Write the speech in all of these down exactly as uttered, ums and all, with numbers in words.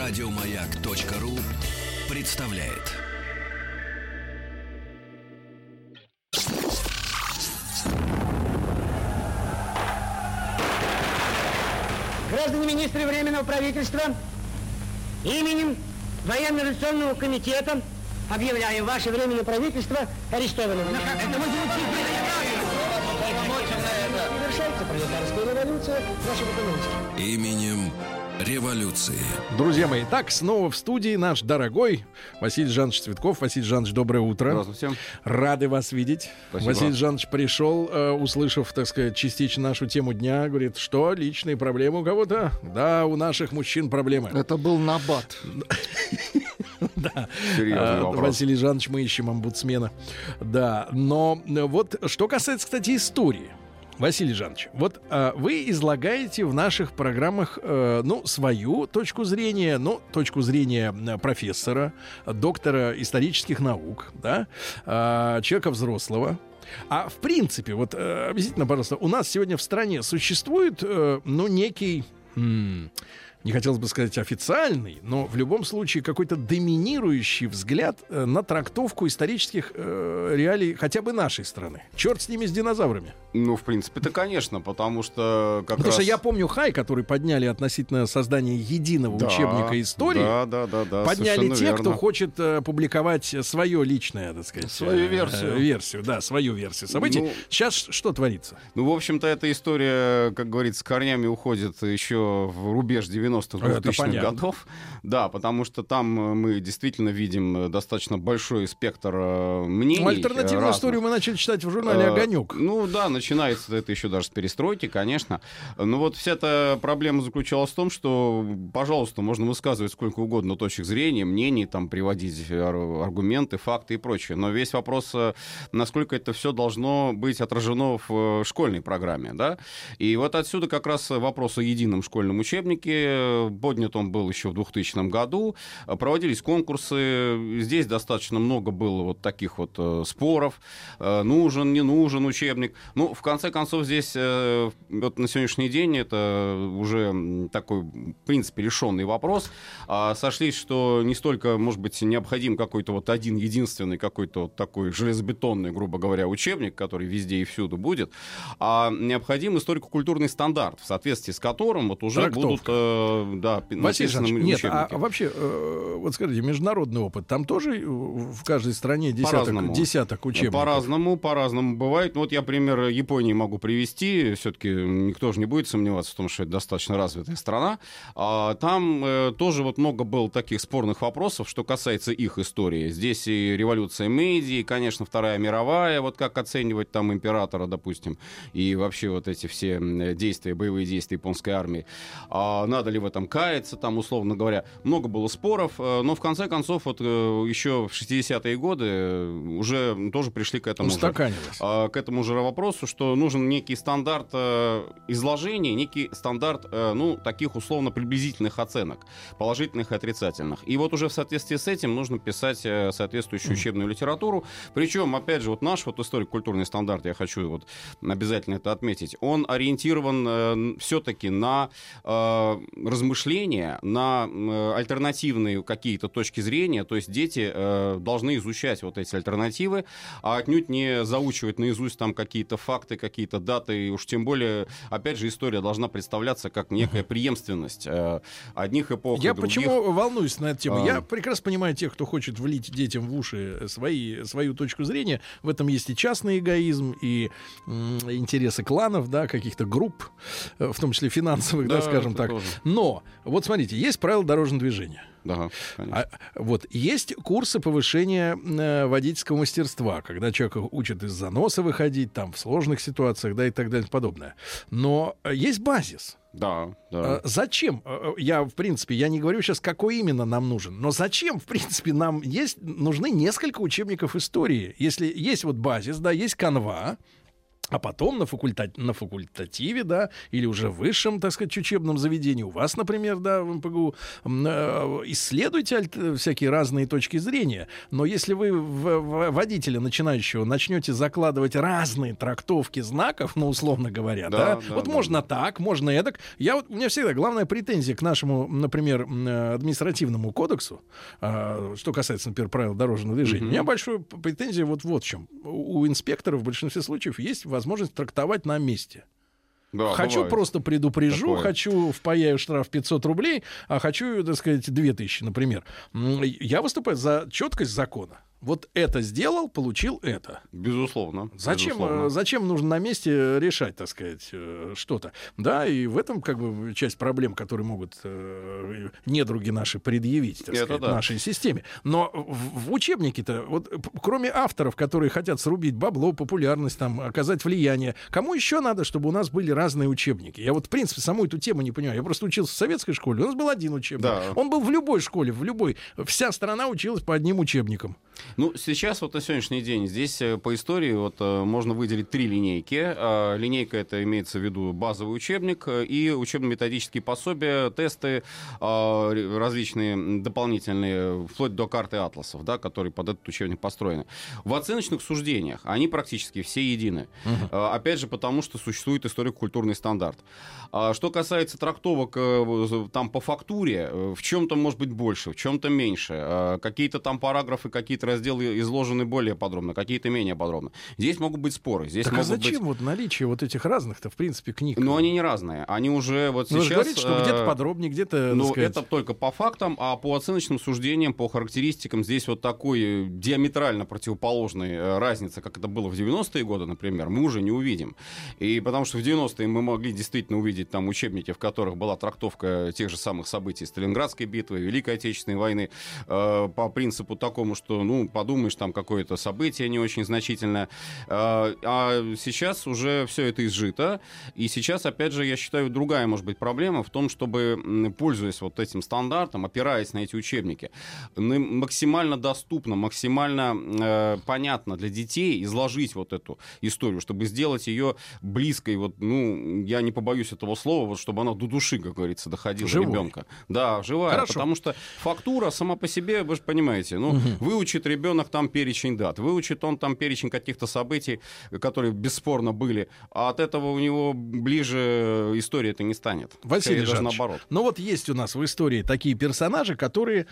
Радиомаяк.ру представляет. Граждане министры Временного правительства, именем Военно-революционного комитета объявляем ваше Временное правительство арестованным. Это мы Совершается пролетарская революция в нашей экономике. Именем революции. Друзья мои, так, снова в студии наш дорогой Василий Жанович Цветков. Василий Жанович, доброе утро. Здравствуйте. Рады вас видеть. Спасибо. Василий Жанович пришел, э, услышав, так сказать, частично нашу тему дня. Говорит, что, личные проблемы у кого-то? Да, у наших мужчин проблемы. Это был набат. Да. Серьезный вопрос. Василий Жанович, мы ищем омбудсмена. Да, но вот что касается, кстати, истории. Василий Жанович, вот а, вы излагаете в наших программах, э, ну, свою точку зрения, ну, точку зрения профессора, доктора исторических наук, да, э, человека взрослого. А в принципе, вот э, объясните, пожалуйста, у нас сегодня в стране существует, э, ну, некий... М- не хотелось бы сказать официальный, но в любом случае какой-то доминирующий взгляд э, на трактовку исторических э, реалий хотя бы нашей страны. Черт с ними, с динозаврами. Ну, в принципе, это, конечно, потому что как Потому раз... что я помню хай, который подняли относительно создания единого Да, учебника истории. Да, да, да, да. Подняли те, верно. кто хочет э, публиковать свое личное, так сказать, Свою э, версию. э, версию, да, свою версию событий. Ну, Сейчас что творится? Ну, в общем-то, эта история, как говорится, корнями уходит еще в рубеж девяностых, двухтысячных годов. Да, потому что там мы действительно видим достаточно большой спектр э, мнений. Ну, альтернативную разных. историю мы начали читать в журнале «Огонек». Ну да, начинается это еще даже с перестройки, конечно. Но вот вся эта проблема заключалась в том, что, пожалуйста, можно высказывать сколько угодно точек зрения, мнений, там, приводить аргументы, факты и прочее. Но весь вопрос, насколько это все должно быть отражено в школьной программе, да? И вот отсюда как раз вопрос о едином школьном учебнике. Поднят он был еще в двухтысячном году. Проводились конкурсы. Здесь достаточно много было вот таких вот споров. Нужен, не нужен учебник. Ну, в конце концов, здесь вот на сегодняшний день это уже такой, в принципе, решенный вопрос. Сошлись, что не столько, может быть, необходим какой-то вот один единственный какой-то вот такой железобетонный, грубо говоря, учебник, который везде и всюду будет, а необходим историко-культурный стандарт, в соответствии с которым вот уже Трактовка. будут... Да, Василий Жанович, нет, а учебники. вообще, э, вот скажите, международный опыт, там тоже в каждой стране десяток, десяток учебников? По-разному, по-разному бывает. Ну, вот я пример Японии могу привести, все-таки никто же не будет сомневаться в том, что это достаточно развитая страна. А там э, тоже вот много было таких спорных вопросов, что касается их истории. Здесь и революция Мэйдзи, и, конечно, Вторая мировая, вот как оценивать там императора, допустим, и вообще вот эти все действия, боевые действия японской армии. А надо ли в этом каяться, там, условно говоря. Много было споров, но в конце концов, вот еще в шестидесятые годы уже тоже пришли к этому, же, к этому же вопросу, что нужен некий стандарт изложения, некий стандарт, ну, таких условно приблизительных оценок, положительных и отрицательных. И вот уже в соответствии с этим нужно писать соответствующую учебную литературу. Причем, опять же, вот наш вот историко-культурный стандарт, я хочу вот обязательно это отметить, он ориентирован все-таки на размышления, на э, альтернативные какие-то точки зрения, то есть дети э, должны изучать вот эти альтернативы, а отнюдь не заучивать наизусть там какие-то факты, какие-то даты, и уж тем более, опять же, история должна представляться как некая преемственность э, одних эпох Я и других. почему волнуюсь на эту тему? А... Я прекрасно понимаю тех, кто хочет влить детям в уши свои, свою точку зрения. В этом есть и частный эгоизм, и м, интересы кланов, да, каких-то групп, в том числе финансовых, да, да скажем так. Тоже. Но, вот смотрите, есть правила дорожного движения. Да, а, вот, есть курсы повышения э, водительского мастерства, когда человека учат из заноса выходить, там, в сложных ситуациях, да, и так далее, и подобное. Но э, есть базис. Да, да. А, зачем? Я, в принципе, я не говорю сейчас, какой именно нам нужен, но зачем, в принципе, нам есть, нужны несколько учебников истории. Если есть вот базис, да, есть канва, А потом на, факульта... на факультативе, да, или уже в высшем, так сказать, учебном заведении, у вас, например, да, в эм пэ гэ у, исследуйте аль... всякие разные точки зрения. Но если вы в... в... водителя начинающего начнете закладывать разные трактовки знаков, ну, условно говоря, да, да, да вот да, можно да. так, можно эдак. Я вот, у меня всегда главная претензия к нашему, например, административному кодексу, что касается, например, правил дорожного движения. Mm-hmm. У меня большая претензия вот, вот в чем. У инспекторов в большинстве случаев есть возможность возможность трактовать на месте. Да, хочу бывает. Просто предупрежу, такое. Хочу впаяю штраф пятьсот рублей, а хочу, так сказать, две тысячи, например. Я выступаю за четкость закона. Вот это сделал, получил это. Безусловно. Зачем, безусловно. зачем нужно на месте решать, так сказать, что-то? Да, и в этом как бы часть проблем, которые могут э, недруги наши предъявить, так это сказать, да. нашей системе. Но в, в учебнике-то, вот кроме авторов, которые хотят срубить бабло, популярность, там, оказать влияние, кому еще надо, чтобы у нас были разные учебники? Я вот, в принципе, саму эту тему не понимаю. Я просто учился в советской школе, у нас был один учебник. Да. Он был в любой школе, в любой. Вся страна училась по одним учебникам. Ну, сейчас вот на сегодняшний день здесь по истории вот можно выделить три линейки. Линейка это имеется в виду базовый учебник и учебно-методические пособия, тесты различные дополнительные, вплоть до карты атласов, да, которые под этот учебник построены. В оценочных суждениях они практически все едины. Угу. Опять же, потому что существует историко-культурный стандарт. Что касается трактовок там по фактуре, в чем-то может быть больше, в чем-то меньше. Какие-то там параграфы, какие-то разделы изложены более подробно, какие-то менее подробно. Здесь могут быть споры. Здесь так могут а зачем быть... вот наличие вот этих разных-то, в принципе, книг? Но они не разные. Они уже вот ну, сейчас... Вы говорите, что где-то подробнее, где-то... Ну, это только по фактам, а по оценочным суждениям, по характеристикам здесь вот такой диаметрально противоположной разницы, как это было в девяностые годы, например, мы уже не увидим. И потому что в девяностые мы могли действительно увидеть там учебники, в которых была трактовка тех же самых событий Сталинградской битвы, Великой Отечественной войны, э, по принципу такому, что, ну, подумаешь, там какое-то событие не очень значительное. А, а сейчас уже все это изжито. И сейчас, опять же, я считаю, другая, может быть, проблема в том, чтобы, пользуясь вот этим стандартом, опираясь на эти учебники, максимально доступно, максимально э, понятно для детей изложить вот эту историю, чтобы сделать ее близкой, вот, ну, я не побоюсь этого слова, вот, чтобы она до души, как говорится, доходила до ребенка. Да, живая. Хорошо. Потому что фактура сама по себе, вы же понимаете, ну, угу. выучит ребенок там перечень дат, выучит он там перечень каких-то событий, которые бесспорно были, а от этого у него ближе история это не станет. Василий Жанович, ну вот есть у нас в истории такие персонажи, которые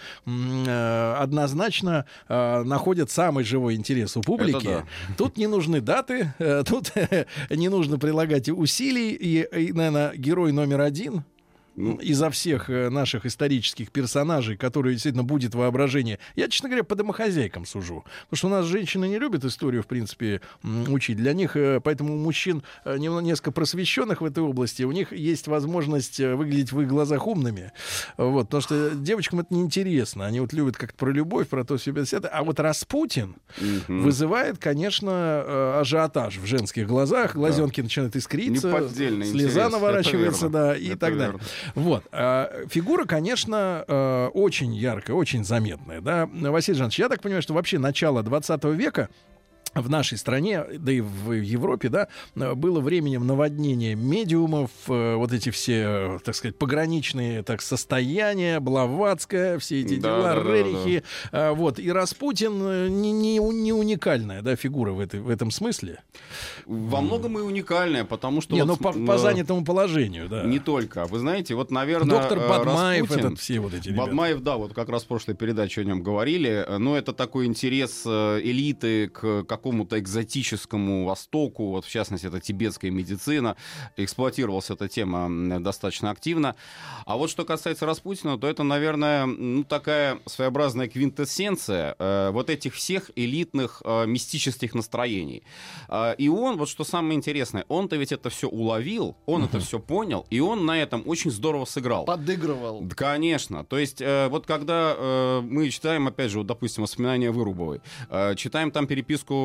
э, однозначно э, находят самый живой интерес у публики. Да. Тут не нужны даты, э, тут не нужно прилагать усилий, и, и, наверное, герой номер один ну, изо всех наших исторических персонажей, которые действительно будет воображение. Я, честно говоря, по домохозяйкам сужу. Потому что у нас женщины не любят историю, в принципе, учить. Для них, поэтому у мужчин несколько просвещенных в этой области, у них есть возможность выглядеть в их глазах умными. Вот, потому что девочкам это неинтересно. Они вот любят как-то про любовь, про то, все это. А вот Распутин mm-hmm. вызывает, конечно, ажиотаж в женских глазах. Глазенки да. начинают искриться, слеза наворачивается, да, и это так верно. Далее. Вот. Фигура, конечно, очень яркая, очень заметная. Да? Василий Жанович, я так понимаю, что вообще начало двадцатого века в нашей стране, да и в Европе, да, было временем наводнения медиумов, вот эти все, так сказать, пограничные так, состояния, Блаватская, все эти да, дела, да, Рерихи. Да, да. Вот. И Распутин не, не, не уникальная да, фигура в, этой, в этом смысле. Во многом и уникальная, потому что... Не, вот, ну, по, по занятому положению, да. Не только. Вы знаете, вот, наверное, доктор Бадмаев, Распутин, этот, все вот эти ребята. Бадмаев, да, вот как раз в прошлой передаче о нем говорили, но это такой интерес элиты к какому-то экзотическому Востоку, вот в частности, это тибетская медицина, эксплуатировалась эта тема достаточно активно. А вот что касается Распутина, то это, наверное, ну, такая своеобразная квинтэссенция э, вот этих всех элитных э, мистических настроений. Э, и он, вот что самое интересное, он-то ведь это все уловил, он uh-huh. это все понял, и он на этом очень здорово сыграл. Подыгрывал. Да, конечно. То есть, э, вот когда э, мы читаем, опять же, вот, допустим, воспоминания Вырубовой, э, читаем там переписку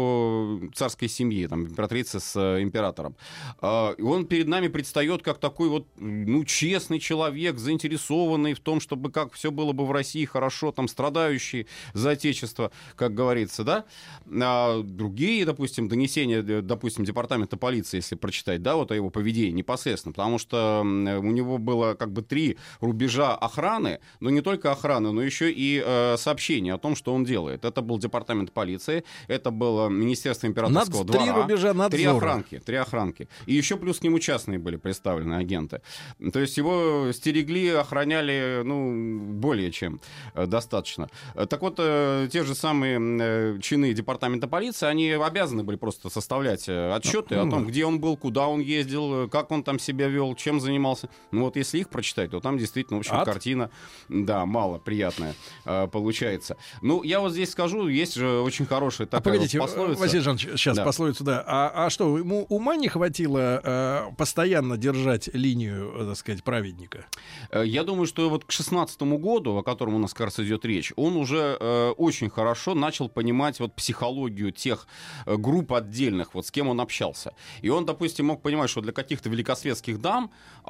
его царской семьи, там, императрицы с э, императором. Э, и он перед нами предстает как такой вот, ну, честный человек, заинтересованный в том, чтобы как все было бы в России хорошо, там, страдающий за отечество, как говорится, да. А другие, допустим, донесения, допустим, департамента полиции, если прочитать, да, вот о его поведении непосредственно, потому что у него было как бы три рубежа охраны, но не только охраны, но еще и э, сообщения о том, что он делает. Это был департамент полиции, это было Министерство императорского Над, двора. Три рубежа надзора. Три охранки, три охранки. И еще плюс к нему частные были представлены агенты. То есть его стерегли, охраняли, ну, более чем э, достаточно. Так вот, э, те же самые э, чины департамента полиции, они обязаны были просто составлять э, отчеты о том, где он был, куда он ездил, как он там себя вел, чем занимался. Ну вот если их прочитать, то там действительно, в общем, Ад? картина, да, мало приятная э, получается. Ну, я вот здесь скажу, есть же очень хорошая такая а погодите, вот пословица. Василий Жанович, сейчас да. пословицу, да. А, а что, ему ума не хватило э, постоянно держать линию, э, так сказать, праведника? Я думаю, что вот к шестнадцатому году, о котором у нас, кажется, идет речь, он уже э, очень хорошо начал понимать вот психологию тех э, групп отдельных, вот с кем он общался. И он, допустим, мог понимать, что для каких-то великосветских дам, э,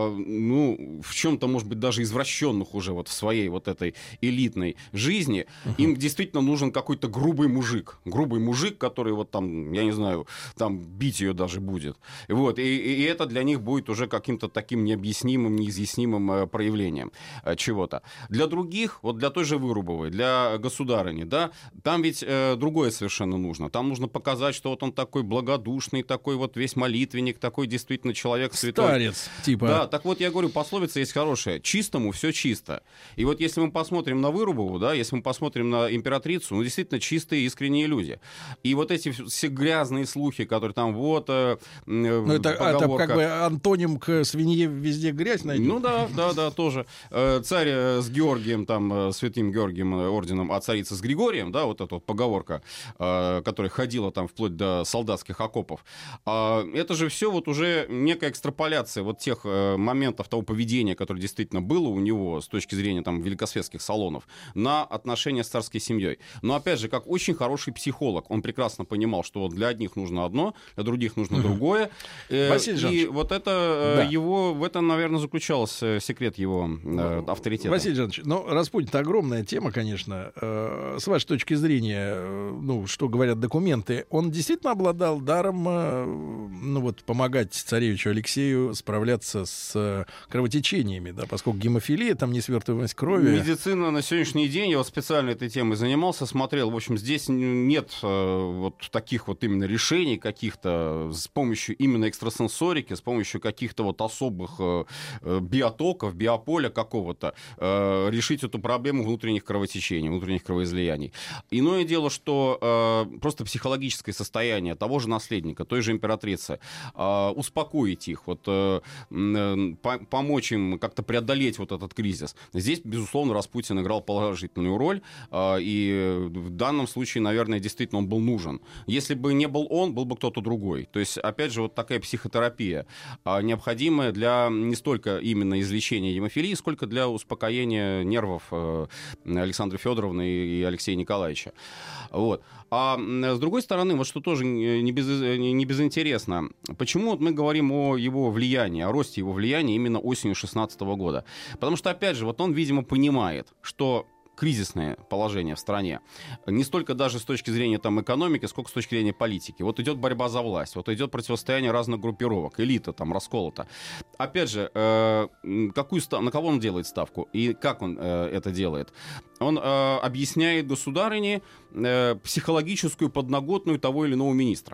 ну, в чем-то, может быть, даже извращенных уже вот в своей вот этой элитной жизни, uh-huh. им действительно нужен какой-то грубый мужик. Грубый мужик, который вот там, я не знаю, там бить ее даже будет. Вот. И, и это для них будет уже каким-то таким необъяснимым, неизъяснимым э, проявлением э, чего-то. Для других, вот для той же Вырубовой, для государыни, да, там ведь э, другое совершенно нужно. Там нужно показать, что вот он такой благодушный, такой вот весь молитвенник, такой действительно человек святой. Старец, типа. Да, так вот я говорю, пословица есть хорошая. Чистому все чисто. И вот если мы посмотрим на Вырубову, да, если мы посмотрим на императрицу, ну, действительно чистые, искренние люди. И вот эти все грязные слухи, которые там вот... Э, ну, это, это как бы антоним к свинье везде грязь найдет. Ну да, да, да, тоже. Э, царь э, с Георгием, там, э, святым Георгием э, орденом, а царица с Григорием, да, вот эта вот поговорка, э, которая ходила там вплоть до солдатских окопов. Э, это же все вот уже некая экстраполяция вот тех э, моментов того поведения, которое действительно было у него с точки зрения там великосветских салонов, на отношения с царской семьей. Но опять же, как очень хороший психолог, он прекрасно понимал, что для одних нужно одно, для других нужно uh-huh. другое. Э, Василий и вот это да. его, в этом, наверное, заключался секрет его э, авторитета. Василий Жанович, ну, Распутин — это огромная тема, конечно. Э, с вашей точки зрения, э, ну, что говорят документы, он действительно обладал даром, э, ну, вот, помогать царевичу Алексею справляться с э, кровотечениями, да, поскольку гемофилия, там несвертываемость крови. Медицина на сегодняшний день, я вот специально этой темой занимался, смотрел, в общем, здесь нет э, вот таких вот именно решений каких-то с помощью именно экстрасенсорики, с помощью каких-то вот особых э, биотоков, биополя какого-то, э, решить эту проблему внутренних кровотечений, внутренних кровоизлияний. Иное дело, что э, просто психологическое состояние того же наследника, той же императрицы, э, успокоить их, вот, э, э, по- помочь им как-то преодолеть вот этот кризис. Здесь, безусловно, Распутин играл положительную роль, э, и в данном случае, наверное, действительно он был нужен. Если бы не был он, был бы кто-то другой. То есть, опять же, вот такая психотерапия, э, необходимая для не столько именно излечения гемофилии, сколько для успокоения нервов э, Александры Федоровны и Алексея Николаевича. Вот. А с другой стороны, вот что тоже не, без, не безинтересно, почему вот мы говорим о его влиянии, о росте его влияния именно осенью шестнадцатого года? Потому что, опять же, вот он, видимо, понимает, что кризисное положение в стране. Не столько даже с точки зрения там, экономики, сколько с точки зрения политики. Вот идет борьба за власть, вот идет противостояние разных группировок, элита там расколота. Опять же, э, какую став... на кого он делает ставку и как он э, это делает? Он э, объясняет государыне э, психологическую подноготную того или иного министра.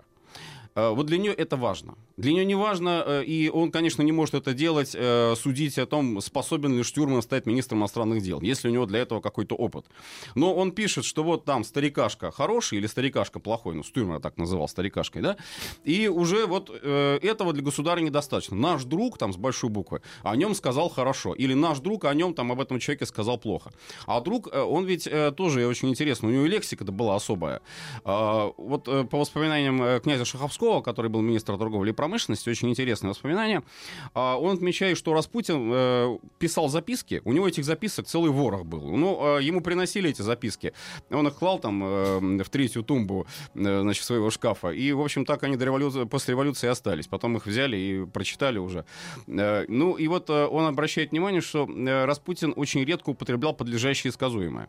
Вот для нее это важно. Для нее не важно, и он, конечно, не может это делать, судить о том, способен ли Штюрман стать министром иностранных дел, если у него для этого какой-то опыт. Но он пишет, что вот там старикашка хороший или старикашка плохой, ну, Штюрман так называл старикашкой, да, и уже вот э, этого для государя недостаточно. Наш друг, там, с большой буквы, о нем сказал хорошо, или наш друг о нем, там, об этом человеке сказал плохо. А друг, он ведь э, тоже очень интересно, у него лексика-то была особая. Э, вот э, по воспоминаниям князя Шаховского, Мережкова, который был министр торговли и промышленности, очень интересное воспоминание. Он отмечает, что Распутин писал записки, у него этих записок целый ворох был. Ну, ему приносили эти записки, он их клал там в третью тумбу, значит, своего шкафа, и, в общем, так они до революции, после революции остались. Потом их взяли и прочитали уже. Ну, и вот он обращает внимание, что Распутин очень редко употреблял подлежащее и сказуемое.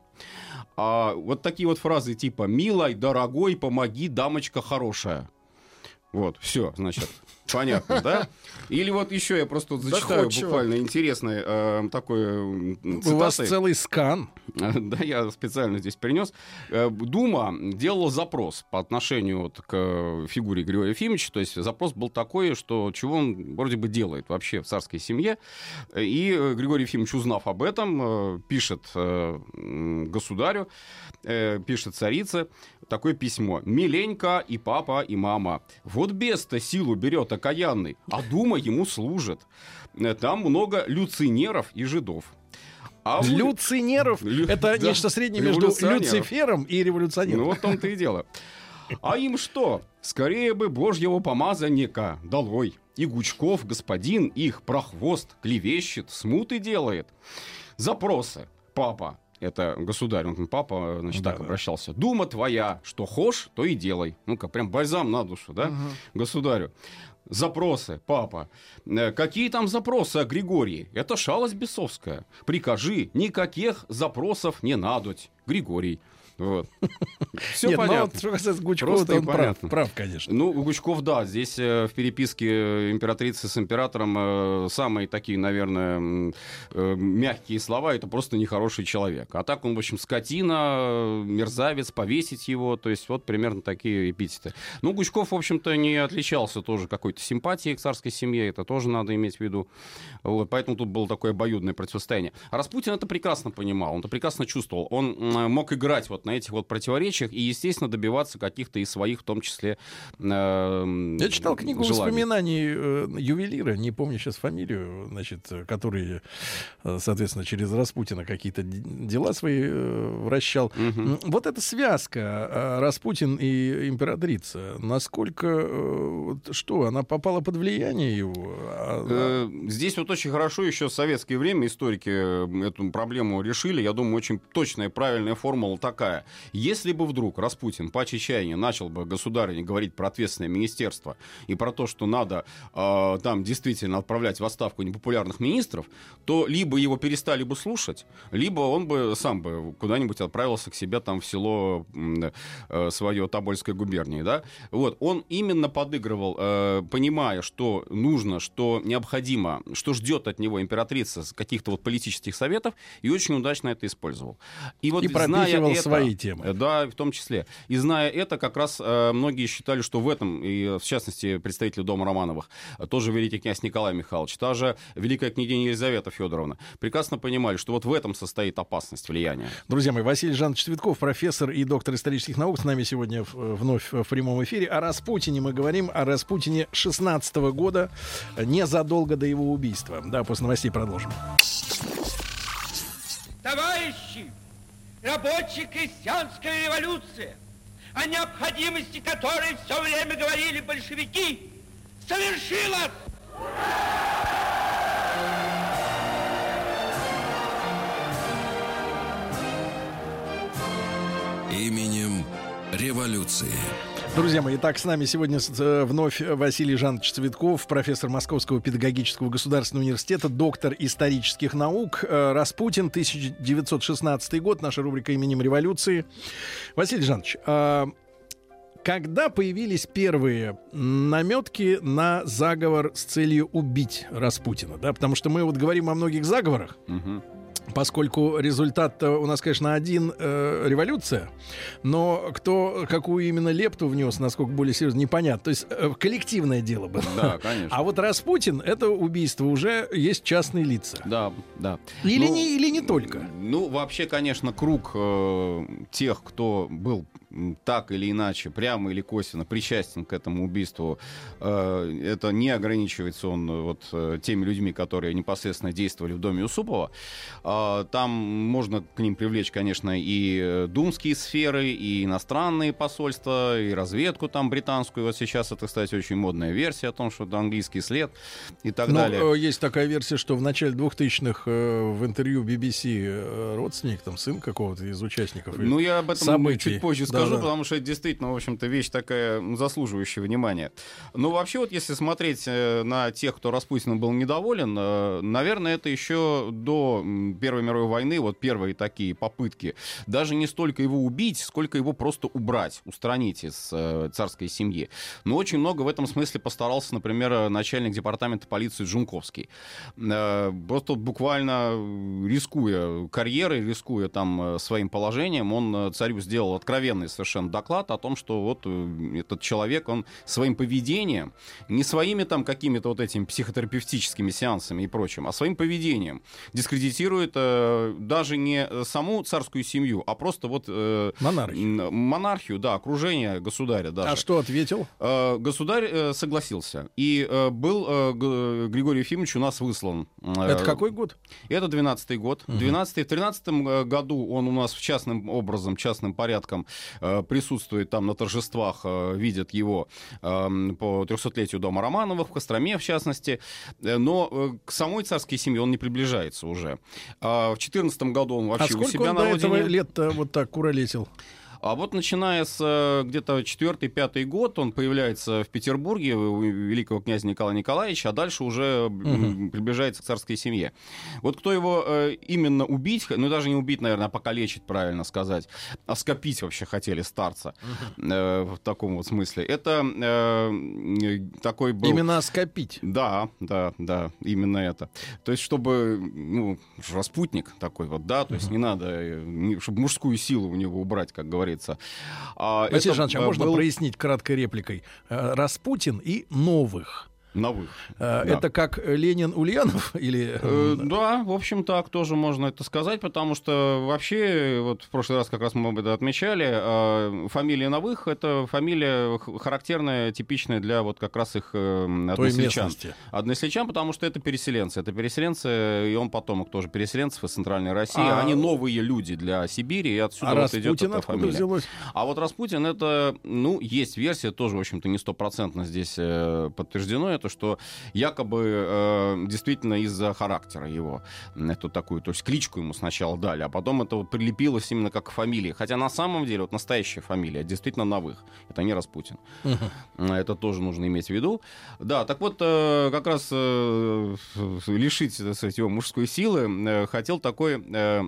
А вот такие вот фразы типа «милой, дорогой, помоги, дамочка хорошая». Вот, все, значит, понятно, да? Или вот еще я просто вот зачитаю Доходчиво. Буквально интересный э, такой цитаты. У вас целый скан. Да, я специально здесь принес. Дума делала запрос по отношению вот к фигуре Григория Ефимовича. То есть запрос был такой, что чего он вроде бы делает вообще в царской семье. И Григорий Ефимович, узнав об этом, пишет государю, пишет царице такое письмо. «Миленька и папа, и мама. Вот бес-то силу берет окаянный, а дума ему служит. Там много люцинеров и жидов». А вы... Люцинеров? Лю... Это да, нечто среднее между Люцифером и революционером. Ну вот в том-то и дело. А им что? Скорее бы божьего помазанника долой. И Гучков, господин их, прохвост, клевещет, смуты делает. Запросы. Папа. Это государь, он папа, значит, да, так да. обращался. Дума твоя, что хошь, то и делай. Ну, как прям бальзам на душу, да, угу. государю. Запросы, папа. Какие там запросы о Григории? Это шалость бесовская. Прикажи, никаких запросов не надоть. Григорий. Вот. Все Нет, понятно. Но вот, что касается Гучкова, то он прав, прав, конечно. Ну, Гучков, да, здесь э, в переписке императрицы с императором э, самые такие, наверное, э, мягкие слова, это просто нехороший человек. А так он, в общем, скотина, мерзавец, повесить его, то есть вот примерно такие эпитеты. Ну, Гучков, в общем-то, не отличался тоже какой-то симпатией к царской семье, это тоже надо иметь в виду. Вот, поэтому тут было такое обоюдное противостояние. А Распутин это прекрасно понимал, он это прекрасно чувствовал. Он э, мог играть вот на этих вот противоречиях и, естественно, добиваться каких-то из своих, в том числе, э, Я читал книгу желаний. воспоминаний э, ювелира, не помню сейчас фамилию, значит, который, э, соответственно, через Распутина какие-то дела свои э, вращал. Угу. Вот эта связка э, Распутин и императрица, насколько, э, что, она попала под влияние его? А, э, здесь вот очень хорошо еще в советское время историки эту проблему решили. Я думаю, очень точная и правильная формула такая. Если бы вдруг Распутин по чечаянию начал бы государине говорить про ответственное министерство и про то, что надо э, там действительно отправлять в отставку непопулярных министров, то либо его перестали бы слушать, либо он бы сам бы куда-нибудь отправился к себе там в село э, свое Тобольской губернии. Да? Вот. Он именно подыгрывал, э, понимая, что нужно, что необходимо, что ждет от него императрица с каких-то вот политических советов, и очень удачно это использовал. И, вот, и пропихивал это, свои темы. Да, в том числе. И зная это, как раз э, многие считали, что в этом, и в частности представители дома Романовых, тоже великий князь Николай Михайлович, та же великая княгиня Елизавета Федоровна, прекрасно понимали, что вот в этом состоит опасность влияния. Друзья мои, Василий Жанович Цветков, профессор и доктор исторических наук, с нами сегодня вновь в прямом эфире. О Распутине мы говорим, о Распутине шестнадцатого года, незадолго до его убийства. Да, после новостей продолжим. Товарищи, рабочая крестьянская революция, о необходимости которой все время говорили большевики, совершилась! Именем революции. Друзья мои, итак, с нами сегодня вновь Василий Жанович Цветков, профессор Московского педагогического государственного университета, доктор исторических наук. Распутин, тысяча девятьсот шестнадцатый год, наша рубрика «Именем революции». Василий Жанович, когда появились первые наметки на заговор с целью убить Распутина? Да? Потому что мы вот говорим о многих заговорах. Угу. Поскольку результат у нас, конечно, один э, революция, но кто какую именно лепту внес, насколько более серьезно, непонятно. То есть э, коллективное дело было. Да, конечно. А вот Распутин — это убийство, уже есть частные лица. Да, да. Или, ну, не, или не только. Ну, вообще, конечно, круг э, тех, кто был так или иначе, прямо или косвенно причастен к этому убийству, э, это не ограничивается он вот теми людьми, которые непосредственно действовали в доме Юсупова. Э, там можно к ним привлечь, конечно, и думские сферы, и иностранные посольства, и разведку там британскую. Вот сейчас это, кстати, очень модная версия о том, что это английский след и так ну, далее. Есть такая версия, что в начале двухтысячных э, в интервью би би си э, родственник, там, сын какого-то из участников. Ну, я об этом событий. чуть позже Да, скажу, да. потому что это действительно, в общем-то, вещь такая заслуживающая внимания. Но вообще, вот если смотреть э, на тех, кто Распутиным был недоволен, э, наверное, это еще до Первой мировой войны, вот первые такие попытки, даже не столько его убить, сколько его просто убрать, устранить из э, царской семьи. Но очень много в этом смысле постарался, например, начальник департамента полиции Джунковский. Э, просто буквально рискуя карьерой, рискуя там своим положением, он царю сделал откровенный совершенно доклад о том, что вот этот человек, он своим поведением, не своими там какими-то вот этими психотерапевтическими сеансами и прочим, а своим поведением дискредитирует э, даже не саму царскую семью, а просто вот э, монархию. монархию, да, окружение государя даже. А что ответил? Э, государь э, согласился. И э, был э, Г- Григорий Ефимович у нас выслан. Э, Это какой год? Это двенадцатый год. В двенадцатом, в тринадцатом году он у нас в частным образом, частным порядком э, присутствует там на торжествах, э, видят его э, по трехсотлетию дома Романовых, в Костроме в частности. Э, но э, к самой царской семье он не приближается уже. А в четырнадцатом году он вообще а у себя он на до родине. этого лет-то вот так куролесил? А вот начиная с э, где-то четвёртый-пятый год он появляется в Петербурге у великого князя Николая Николаевича, а дальше уже угу. приближается к царской семье. Вот кто его э, именно убить, ну даже не убить, наверное, а покалечить, правильно сказать, а скопить вообще хотели старца угу. э, в таком вот смысле. Это э, такой был... Именно скопить? Да, да, да, именно это. То есть чтобы, ну, распутник такой вот, да, то есть угу. не надо, не, чтобы мужскую силу у него убрать, как говорится. А, Василий Жанович, а можно был... прояснить краткой репликой? Распутин и новых. Новых. А, да. Это как Ленин Ульянов? Или... Э, да, в общем, так тоже можно это сказать, потому что вообще, вот в прошлый раз как раз мы это отмечали, э, фамилия Новых — это фамилия характерная, типичная для вот как раз их э, односельчан. Односельчан, потому что это переселенцы. Это переселенцы, и он потомок тоже переселенцев из Центральной России. А... Они новые люди для Сибири, и отсюда а вот Распутин идет эта фамилия. Взялось? А вот Распутин — это, ну, есть версия, тоже, в общем-то, не стопроцентно здесь э, подтверждено, это что якобы э, действительно из-за характера его эту такую, то есть кличку ему сначала дали, а потом это вот прилепилось именно как фамилия. Хотя на самом деле вот настоящая фамилия действительно Новых. Это не Распутин. Uh-huh. Это тоже нужно иметь в виду. Да, так вот, э, как раз э, лишить, так сказать, его мужской силы э, хотел такой... Э,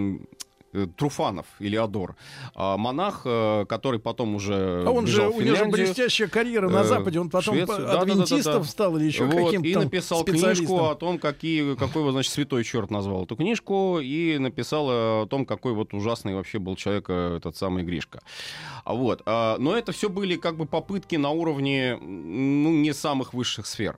Труфанов или Адор, монах, который потом уже а он бежал же, в у него же Финляндию, блестящая карьера на Западе, он потом Швецию, адвентистов да, да, да, да. стал или еще вот, каким-то и написал специалистом. книжку о том, какие, какой его, значит, святой черт назвал эту книжку, и написал о том, какой вот ужасный вообще был человек этот самый Гришка. Вот. Но это все были как бы попытки на уровне, ну, не самых высших сфер.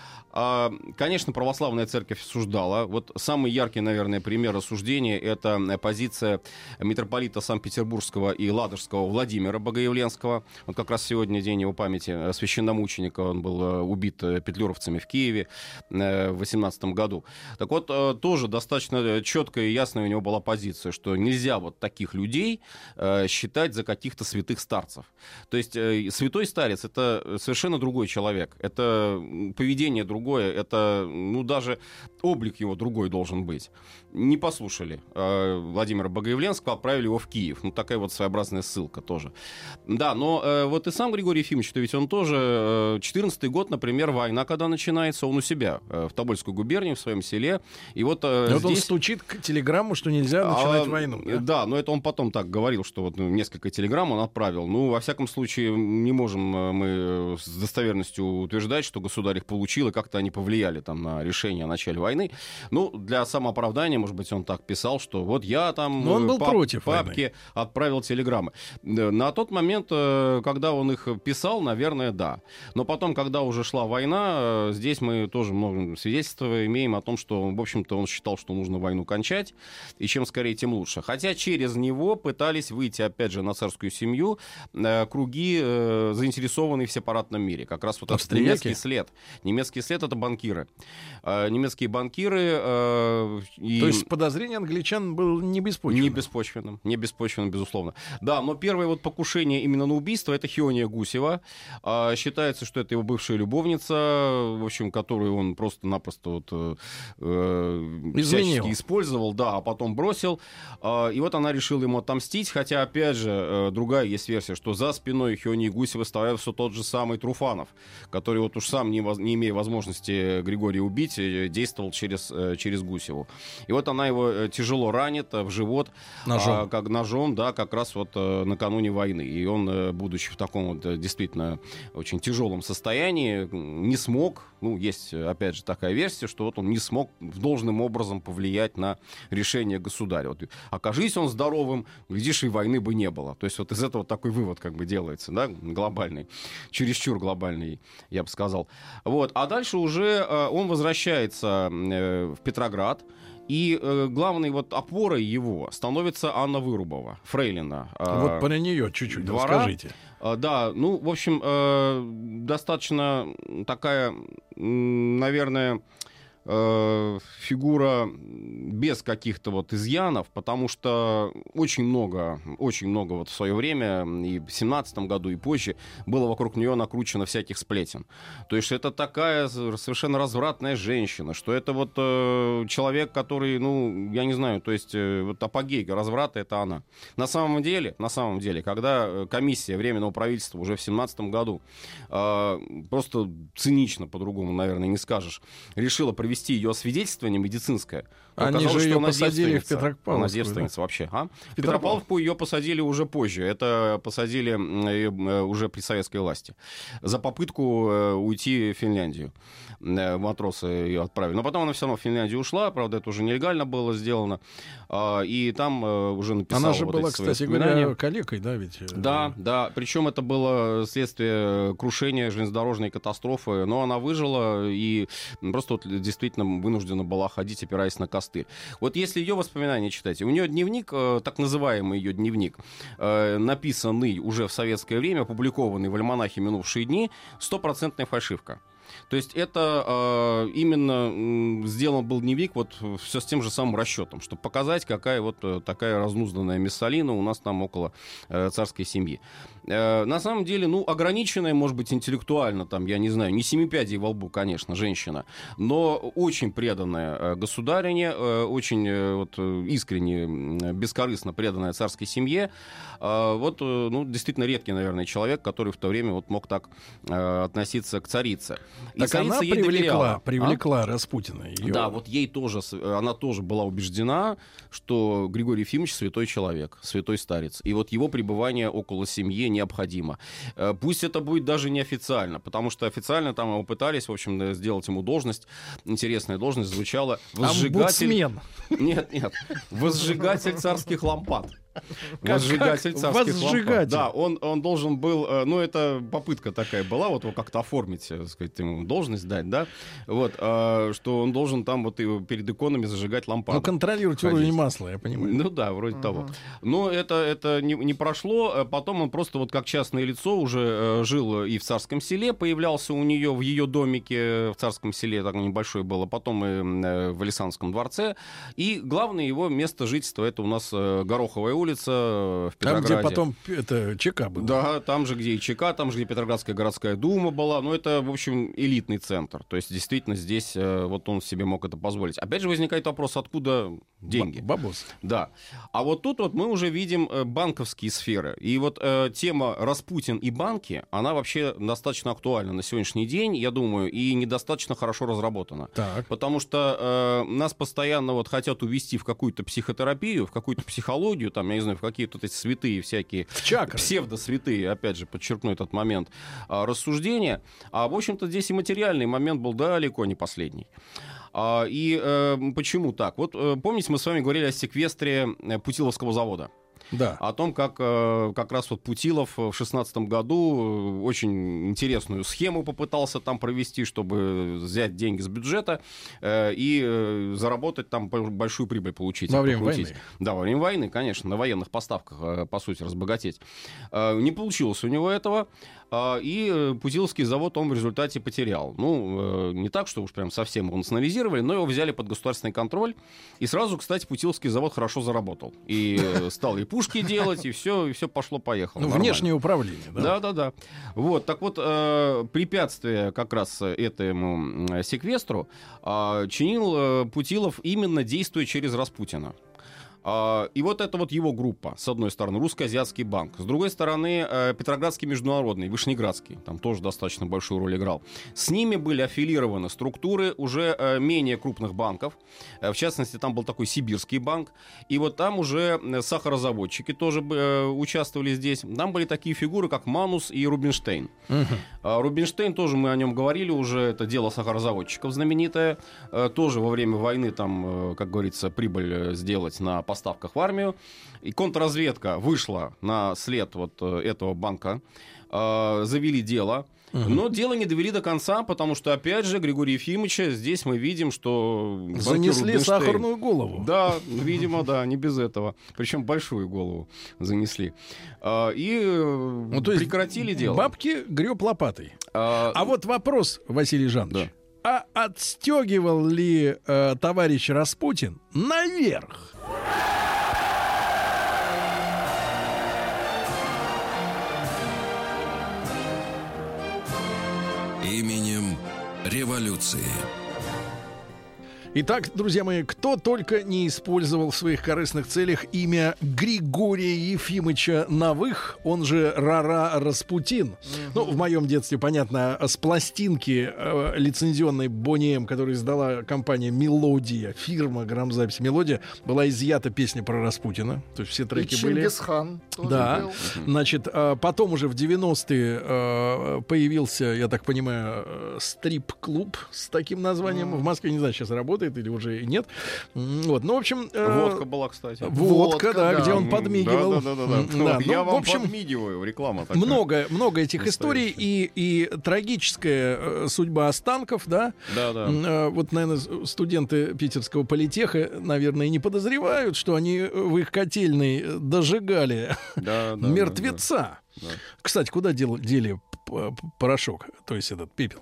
Конечно, православная церковь осуждала. Вот самый яркий, наверное, пример осуждения — это позиция митрополита Санкт-Петербургского и Ладожского Владимира Богоявленского. Вот как раз сегодня день его памяти, священномученика. Он был убит петлюровцами в Киеве в восемнадцатом году. Так вот, тоже достаточно четкая и ясная у него была позиция, что нельзя вот таких людей считать за каких-то святых старцев. То есть святой старец — это совершенно другой человек. Это поведение другое. Это, ну, даже облик его другой должен быть. Не послушали э, Владимира Богоявленского, отправили его в Киев. Ну, такая вот своеобразная ссылка тоже. Да, но э, вот и сам Григорий Ефимович, то ведь он тоже... четырнадцатый год, например, война, когда начинается, он у себя, э, в Тобольской губернии, в своем селе. И вот, э, вот здесь... он стучит к телеграмму, что нельзя начинать а, войну. Да? да, но это он потом так говорил, что вот ну, несколько телеграмм он отправил. Ну, во всяком случае, не можем мы с достоверностью утверждать, что государь их получил и как-то как-то они повлияли там на решение о начале войны. Ну, для самооправдания, может быть, он так писал, что вот я там Но он был пап- против папке войны. отправил телеграммы. На тот момент, когда он их писал, наверное, да. Но потом, когда уже шла война, здесь мы тоже много свидетельств имеем о том, что, в общем-то, он считал, что нужно войну кончать, и чем скорее, тем лучше. Хотя через него пытались выйти, опять же, на царскую семью круги, заинтересованные в сепаратном мире. Как раз вот этот немецкий след. Немецкий след — это банкиры. Немецкие банкиры... И... То есть подозрение англичан было не беспочвенным? Не беспочвенным, не беспочвенным, безусловно. Да, но первое вот покушение именно на убийство — это Хиония Гусева. А, считается, что это его бывшая любовница, в общем, которую он просто-напросто вот, э, всячески использовал, да, а потом бросил. А, и вот она решила ему отомстить, хотя, опять же, э, другая есть версия, что за спиной Хионии Гусева стоял все тот же самый Труфанов, который вот уж сам, не, воз, не имея возможности Григория убить, действовал через, э, через Гусеву. И вот она его тяжело ранит в живот ножом, а, как ножом, да, как раз вот а, накануне войны. И он, будучи в таком вот действительно очень тяжелом состоянии, не смог, ну, есть, опять же, такая версия, что вот он не смог должным образом повлиять на решение государя. Вот, окажись он здоровым, глядишь, и войны бы не было. То есть вот из этого такой вывод как бы делается, да, глобальный, чересчур глобальный, я бы сказал. Вот. А дальше уже а, он возвращается э, в Петроград. И э, главной вот опорой его становится Анна Вырубова, фрейлина. Э, вот про нее чуть-чуть двора. Расскажите. Э, да, ну, в общем, э, достаточно такая, наверное... фигура без каких-то вот изъянов, потому что очень много, очень много вот в свое время, и в семнадцатом году, и позже, было вокруг нее накручено всяких сплетен. То есть это такая совершенно развратная женщина, что это вот э, человек, который, ну, я не знаю, то есть э, вот апогей разврата — это она. На самом деле, на самом деле, когда комиссия Временного правительства уже в семнадцатом году э, просто цинично, по-другому, наверное, не скажешь, решила провести ее освидетельствование медицинское. Они же ее посадили в Петропавловску. Она девственница, да? Вообще. А? В Петропавловку ее посадили уже позже. Это посадили уже при советской власти. За попытку уйти в Финляндию. Матросы ее отправили. Но потом она все равно в Финляндию ушла. Правда, это уже нелегально было сделано. И там уже написала... Она же вот была, кстати говоря, калекой, да, ведь? Да, да. Причем это было следствие крушения железнодорожной катастрофы. Но она выжила и просто вот действительно вынуждена была ходить, опираясь на костыль. Вот если ее воспоминания читать, у нее дневник, так называемый ее дневник, написанный уже в советское время, опубликованный в альманахе «Минувшие дни», стопроцентная фальшивка. То есть это э, именно э, сделан был дневник вот все с тем же самым расчетом, чтобы показать, какая вот э, такая разнузданная Мессалина у нас там около э, царской семьи. Э, на самом деле, ну, ограниченная, может быть, интеллектуально, там, я не знаю, не семи пядей во лбу, конечно, женщина, но очень преданная э, государине, э, очень э, вот, искренне, э, бескорыстно преданная царской семье. Э, вот, э, ну, действительно редкий, наверное, человек, который в то время вот мог так э, относиться к царице. И так она привлекла, привлекла а? Распутина. Ее... Да, вот ей тоже, она тоже была убеждена, что Григорий Ефимович святой человек, святой старец. И вот его пребывание около семьи необходимо. Пусть это будет даже неофициально, потому что официально там его пытались, в общем, сделать ему должность. Интересная должность звучала возжигатель... Омбудсмен. Нет, нет. Возжигатель царских лампад. Возжигатель как? царских Возжигатель. лампад. Да, он, он должен был, ну, это попытка такая была, вот его как-то оформить, так сказать, ему должность дать, да, вот, что он должен там вот перед иконами зажигать лампады. Ну, контролировать ходить. уровень масла, я понимаю. Ну да, вроде uh-huh. того. Но это, это не, не прошло, потом он просто вот как частное лицо уже жил и в Царском Селе, появлялся у нее в ее домике в Царском Селе, так небольшое было, потом и в Александрском дворце, и главное его место жительства — это у нас Гороховая улица, улица в Петрограде. Там, где потом это ЧК было. Да, там же, где и ЧК, там же, где Петроградская городская дума была. Ну, это, в общем, элитный центр. То есть, действительно, здесь э, вот он себе мог это позволить. Опять же, возникает вопрос, откуда деньги? Бабос. Да. А вот тут вот мы уже видим э, банковские сферы. И вот э, тема Распутин и банки, она вообще достаточно актуальна на сегодняшний день, я думаю, и недостаточно хорошо разработана. Так. Потому что э, нас постоянно вот хотят увести в какую-то психотерапию, в какую-то психологию, там, я не знаю, в какие-то вот эти святые всякие, в чакры. Псевдосвятые, опять же, подчеркну этот момент, а, рассуждения. А, в общем-то, здесь и материальный момент был далеко не последний. А, и э, почему так? Вот э, помните, мы с вами говорили о секвестре Путиловского завода? Да. О том, как как раз вот Путилов в шестнадцатом году очень интересную схему попытался там провести, чтобы взять деньги с бюджета и заработать там большую прибыль получить. Во время покрутить. войны. Да, во время войны, конечно, на военных поставках, по сути, разбогатеть. Не получилось у него этого, и Путиловский завод он в результате потерял. Ну, не так, что уж прям совсем его национализировали, но его взяли под государственный контроль, и сразу, кстати, Путиловский завод хорошо заработал. И стал и пушки делать, и все, и все пошло-поехало. Ну, внешнее управление, да? Да, да, да. Вот, так вот, э, препятствие как раз этому э, секвестру э, чинил э, Путилов именно действуя через Распутина. И вот это вот его группа, с одной стороны, Русско-Азиатский банк, с другой стороны, Петроградский международный, Вышнеградский, там тоже достаточно большую роль играл. С ними были аффилированы структуры уже менее крупных банков, в частности, там был такой Сибирский банк, и вот там уже сахарозаводчики тоже участвовали здесь. Там были такие фигуры, как Манус и Рубинштейн. Uh-huh. Рубинштейн, тоже мы о нем говорили уже, это дело сахарозаводчиков знаменитое, тоже во время войны там, как говорится, прибыль сделать на поставках в армию. И контрразведка вышла на след вот этого банка, э, завели дело. Uh-huh. Но дело не довели до конца, потому что, опять же, Григория Ефимовича здесь мы видим, что... Занесли сахарную голову. Да, видимо, да, не без этого. Причем большую голову занесли. А, и ну, то есть прекратили дело. Бабки греб лопатой. А, а вот вопрос, Василий Жанович. Да. А отстегивал ли э, товарищ Распутин наверх? Именем революции. Итак, друзья мои, кто только не использовал в своих корыстных целях имя Григория Ефимовича Новых, он же Рара Распутин. Mm-hmm. Ну, в моем детстве, понятно, с пластинки э, лицензионной Boney M, которую издала компания «Мелодия», фирма грамзаписи «Мелодия», была изъята песня про Распутина. То есть все треки и были. Чингисхан тоже да. был. Значит, э, потом уже в девяностые э, появился, я так понимаю, э, стрип-клуб с таким названием. Mm-hmm. В Москве, не знаю, сейчас работает или уже нет. Вот, ну, в общем... Э, водка была, кстати. Водка, водка да, да. где он подмигивал. Да, да, да, да. да. Я ну, вам в общем, подмигиваю, реклама такая. Много, много этих настоящая. историй и, и трагическая э, судьба останков, да? Да, да. Э, вот, наверное, студенты питерского политеха, наверное, не подозревают, что они в их котельной дожигали да, да, мертвеца. Да, да. Кстати, куда дел, дели порошок, то есть этот пепел?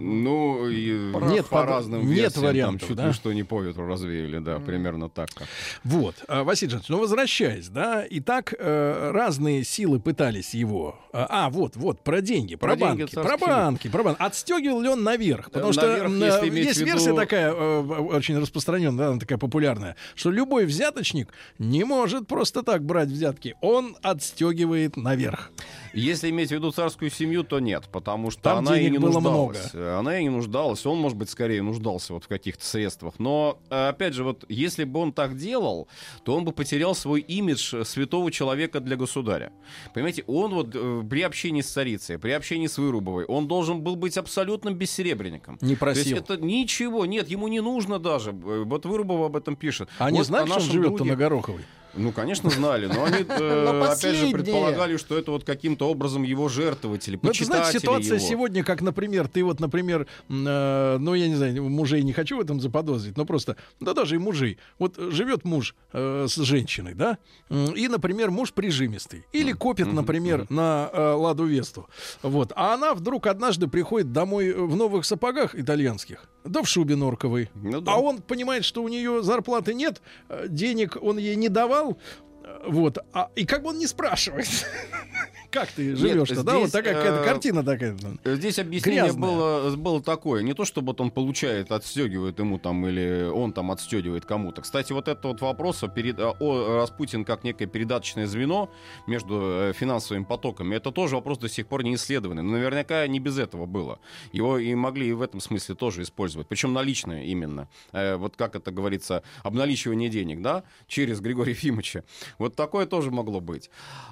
Ну, и нет, по разным нет версиям, вариантов, там чуть да? ли что не по ветру развеяли, да, mm. примерно так. Вот, Василий Жанович, ну, возвращаясь, да, и так э, разные силы пытались его... А, вот, вот, про деньги, про, про банки, деньги, про банки, про банки. Отстегивал ли он наверх? Потому наверх, что э, есть виду... версия такая, э, очень распространенная, да, она такая популярная, что любой взяточник не может просто так брать взятки. Он отстегивает наверх. Если иметь в виду царскую семью, то нет, потому что там она и не было нуждалась. Много. Она и не нуждалась, он, может быть, скорее нуждался вот в каких-то средствах. Но, опять же, вот если бы он так делал, то он бы потерял свой имидж святого человека для государя. Понимаете, он вот при общении с царицей, при общении с Вырубовой, он должен был быть абсолютным бессеребренником. Не просил. То есть это ничего, нет, ему не нужно даже. Вот Вырубова об этом пишет. А вот не знают, что он живет-то друге... на Гороховой? Ну, конечно, знали, но они, э, опять же, предполагали, что это вот каким-то образом его жертвователи, почитатели его. Знаете, ситуация его. сегодня, как, например, ты вот, например, э, ну, я не знаю, мужей не хочу в этом заподозрить, но просто, да даже и мужей. Вот живет муж э, с женщиной, да, и, например, муж прижимистый. Или копит, mm-hmm. например, mm-hmm. на э, Ладу Весту. Вот. А она вдруг однажды приходит домой в новых сапогах итальянских, да в шубе норковой. Ну, да. А он понимает, что у нее зарплаты нет, денег он ей не давал. Вот. А, и как бы он не спрашивает. как ты живешь-то, Нет, да? Вот здесь, такая какая-то э, картина такая. Здесь объяснение Грязная. было, было такое. Не то, чтобы вот он получает, отстегивает ему там, или он там отстегивает кому-то. Кстати, вот этот вот вопрос о, перед, о Распутин как некое передаточное звено между э, финансовыми потоками, это тоже вопрос до сих пор не исследованный. Но наверняка не без этого было. Его и могли и в этом смысле тоже использовать. Причем наличное именно. Э, вот как это говорится, обналичивание денег, да, через Григория Ефимовича. Вот такое тоже могло быть.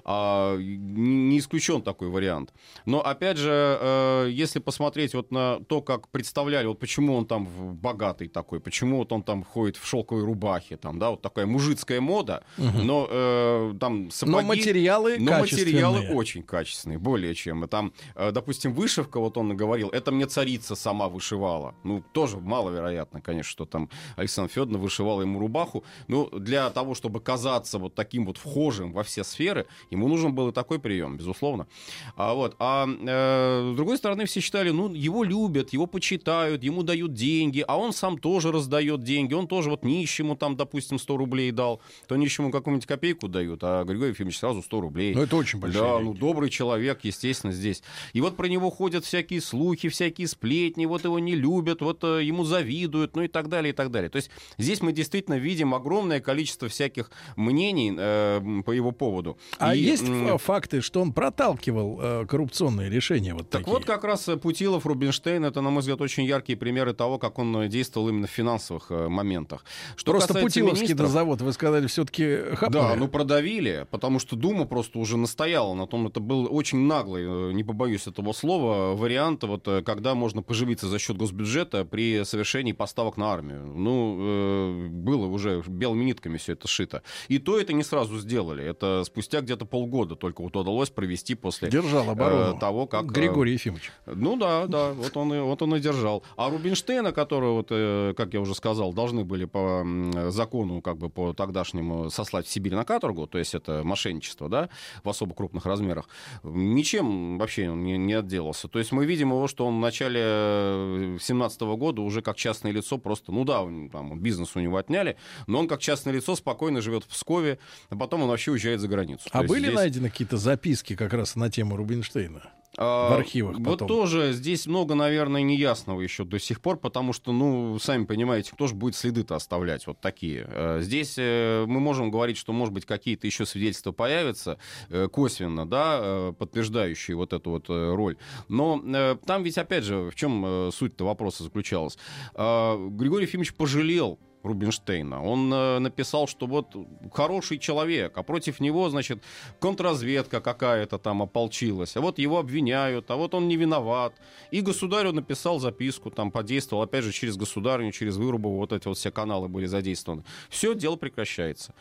А, не исключен такой вариант. Но, опять же, э, если посмотреть вот на то, как представляли, вот почему он там богатый такой, почему вот он там ходит в шелковой рубахе, там, да, вот такая мужицкая мода, угу. но э, там сапоги... Но материалы но качественные. материалы очень качественные, более чем. И там, э, допустим, вышивка, вот он говорил, это мне царица сама вышивала. Ну, тоже маловероятно, конечно, что там Александра Федоровна вышивала ему рубаху. Но для того, чтобы казаться вот таким вот вхожим во все сферы, ему нужен был и такой прием, безусловно. А, вот. а э, с другой стороны, все считали, ну, его любят, его почитают, ему дают деньги, а он сам тоже раздает деньги, он тоже вот нищему там, допустим, сто рублей дал, то нищему какую-нибудь копейку дают, а Григорий Ефимович сразу сто рублей. Ну, это очень большие Да, деньги. ну, добрый человек, естественно, здесь. И вот про него ходят всякие слухи, всякие сплетни, вот его не любят, вот э, ему завидуют, ну и так далее, и так далее. То есть здесь мы действительно видим огромное количество всяких мнений э, по его поводу. А И, есть м- факты, что он проталкивал э, коррупционные решения вот Так такие? вот, как раз Путилов, Рубинштейн, это, на мой взгляд, очень яркие примеры того, как он действовал именно в финансовых э, моментах. Что Просто касается Путиловский министров, завод, вы сказали, все-таки хапнули. да, ну продавили, потому что Дума просто уже настояла на том, это был очень наглый, э, не побоюсь этого слова, вариант, вот, э, когда можно поживиться за счет госбюджета при совершении поставок на армию. Ну, э, было уже белыми нитками все это шито. И то это не сразу сделали. Это спустя где-то полгода только вот удалось провести после Держал оборону э, того, как... Григорий Ефимович. Ну да, да, вот он и, вот он и держал. А Рубинштейна, которого, вот, э, как я уже сказал, должны были по м, закону, как бы по тогдашнему, сослать в Сибирь на каторгу, то есть это мошенничество, да, в особо крупных размерах, ничем вообще он не, не отделался. То есть мы видим его, что он в начале семнадцатого года уже как частное лицо просто, ну да, он, там, бизнес у него отняли, но он как частное лицо спокойно живет в Пскове, а потом он вообще уезжает за границу. А То были здесь... найдены какие-то записки как раз на тему Рубинштейна? В архивах Вот потом. тоже здесь много, наверное, неясного еще до сих пор, потому что, ну, сами понимаете, кто же будет следы-то оставлять вот такие. Здесь мы можем говорить, что, может быть, какие-то еще свидетельства появятся косвенно, да, подтверждающие вот эту вот роль. Но там ведь, опять же, в чем суть-то вопроса заключалась? Григорий Ефимович пожалел Рубинштейна. Он э, написал, что вот хороший человек, а против него, значит, контрразведка какая-то там ополчилась, а вот его обвиняют, а вот он не виноват. И государю написал записку, там подействовал, опять же, через государню, через Вырубову, вот эти вот все каналы были задействованы. Все, дело прекращается.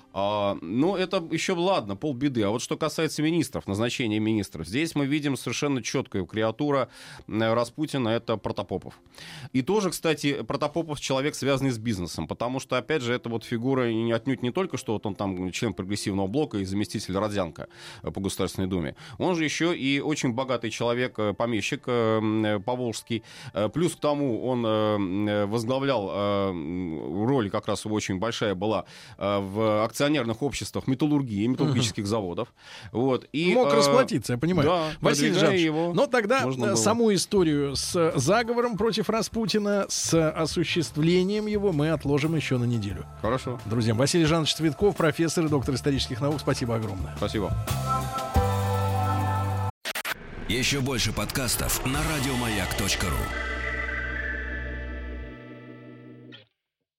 А, ну, это еще ладно, полбеды. А вот что касается министров, назначения министров, здесь мы видим совершенно четкую креатура Распутина, это Протопопов. И тоже, кстати, Протопопов человек, связанный с бизнесом, потому что, опять же, это вот фигура не отнюдь не только, что вот он там член прогрессивного блока и заместитель Родзянко по Государственной Думе, он же еще и очень богатый человек, помещик поволжский. Плюс к тому он возглавлял, роль как раз его очень большая была в акционерном акционерных обществах металлургии, металлургических uh-huh. заводов. Вот. И, Мог э, расплатиться, я понимаю. Да, Василий Жанович, но тогда было. саму историю с заговором против Распутина, с осуществлением его мы отложим еще на неделю. Хорошо. Друзья, Василий Жанович Цветков, профессор и доктор исторических наук. Спасибо огромное. Спасибо. Еще больше подкастов на радиомаяк точка ру.